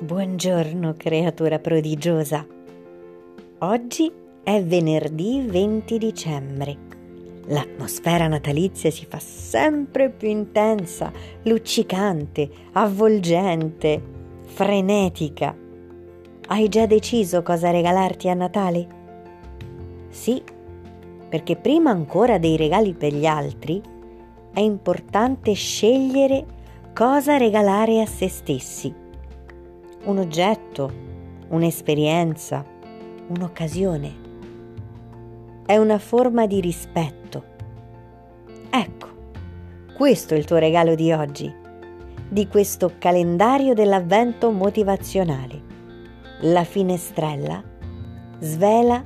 Buongiorno creatura prodigiosa. Oggi è venerdì 20 dicembre. L'atmosfera natalizia si fa sempre più intensa, luccicante, avvolgente, frenetica. Hai già deciso cosa regalarti a Natale? Sì, perché prima ancora dei regali per gli altri è importante scegliere cosa regalare a se stessi. Un oggetto, un'esperienza, un'occasione. È una forma di rispetto. Ecco, questo è il tuo regalo di oggi, di questo calendario dell'avvento motivazionale. La finestrella svela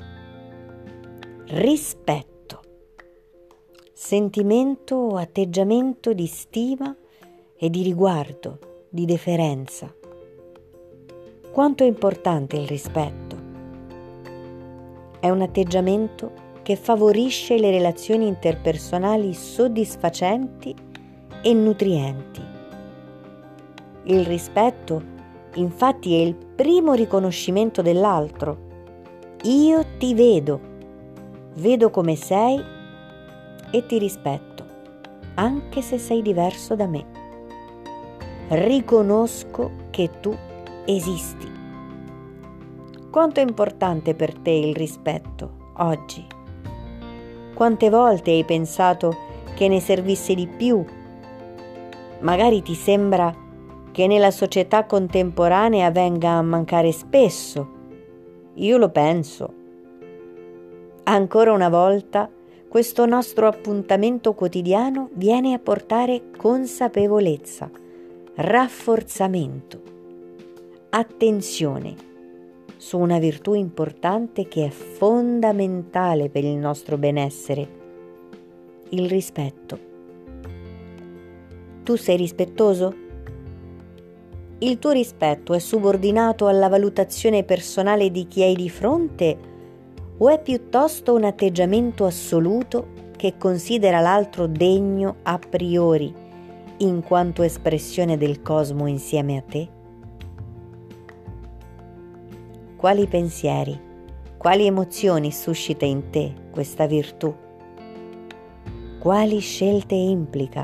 rispetto, sentimento o atteggiamento di stima e di riguardo, di deferenza. Quanto è importante il rispetto? È un atteggiamento che favorisce le relazioni interpersonali soddisfacenti e nutrienti. Il rispetto, infatti, è il primo riconoscimento dell'altro. Io ti vedo come sei e ti rispetto, anche se sei diverso da me. Riconosco che tu esisti. Quanto è importante per te il rispetto oggi? Quante volte hai pensato che ne servisse di più? Magari ti sembra che nella società contemporanea venga a mancare spesso. Io lo penso. Ancora una volta, questo nostro appuntamento quotidiano viene a portare consapevolezza, rafforzamento, attenzione su una virtù importante che è fondamentale per il nostro benessere: il rispetto. Tu sei rispettoso? Il tuo rispetto è subordinato alla valutazione personale di chi hai di fronte o è piuttosto un atteggiamento assoluto che considera l'altro degno a priori in quanto espressione del cosmo insieme a te? Quali pensieri, quali emozioni suscita in te questa virtù? Quali scelte implica?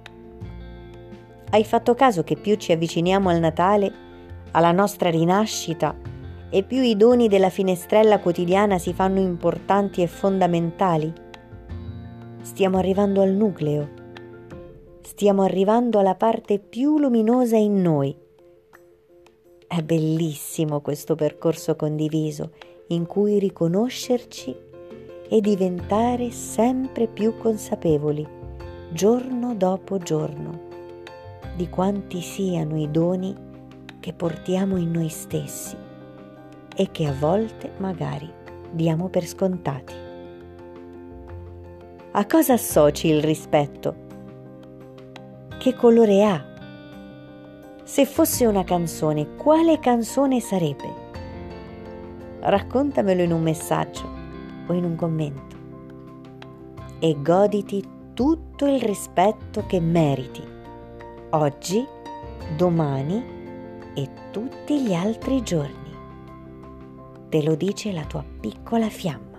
Hai fatto caso che più ci avviciniamo al Natale, alla nostra rinascita, e più i doni della finestrella quotidiana si fanno importanti e fondamentali? Stiamo arrivando al nucleo, stiamo arrivando alla parte più luminosa in noi. È bellissimo questo percorso condiviso in cui riconoscerci e diventare sempre più consapevoli, giorno dopo giorno, di quanti siano i doni che portiamo in noi stessi e che a volte magari diamo per scontati. A cosa associ il rispetto? Che colore ha? Se fosse una canzone, quale canzone sarebbe? Raccontamelo in un messaggio o in un commento e goditi tutto il rispetto che meriti, oggi, domani e tutti gli altri giorni. Te lo dice la tua piccola fiamma.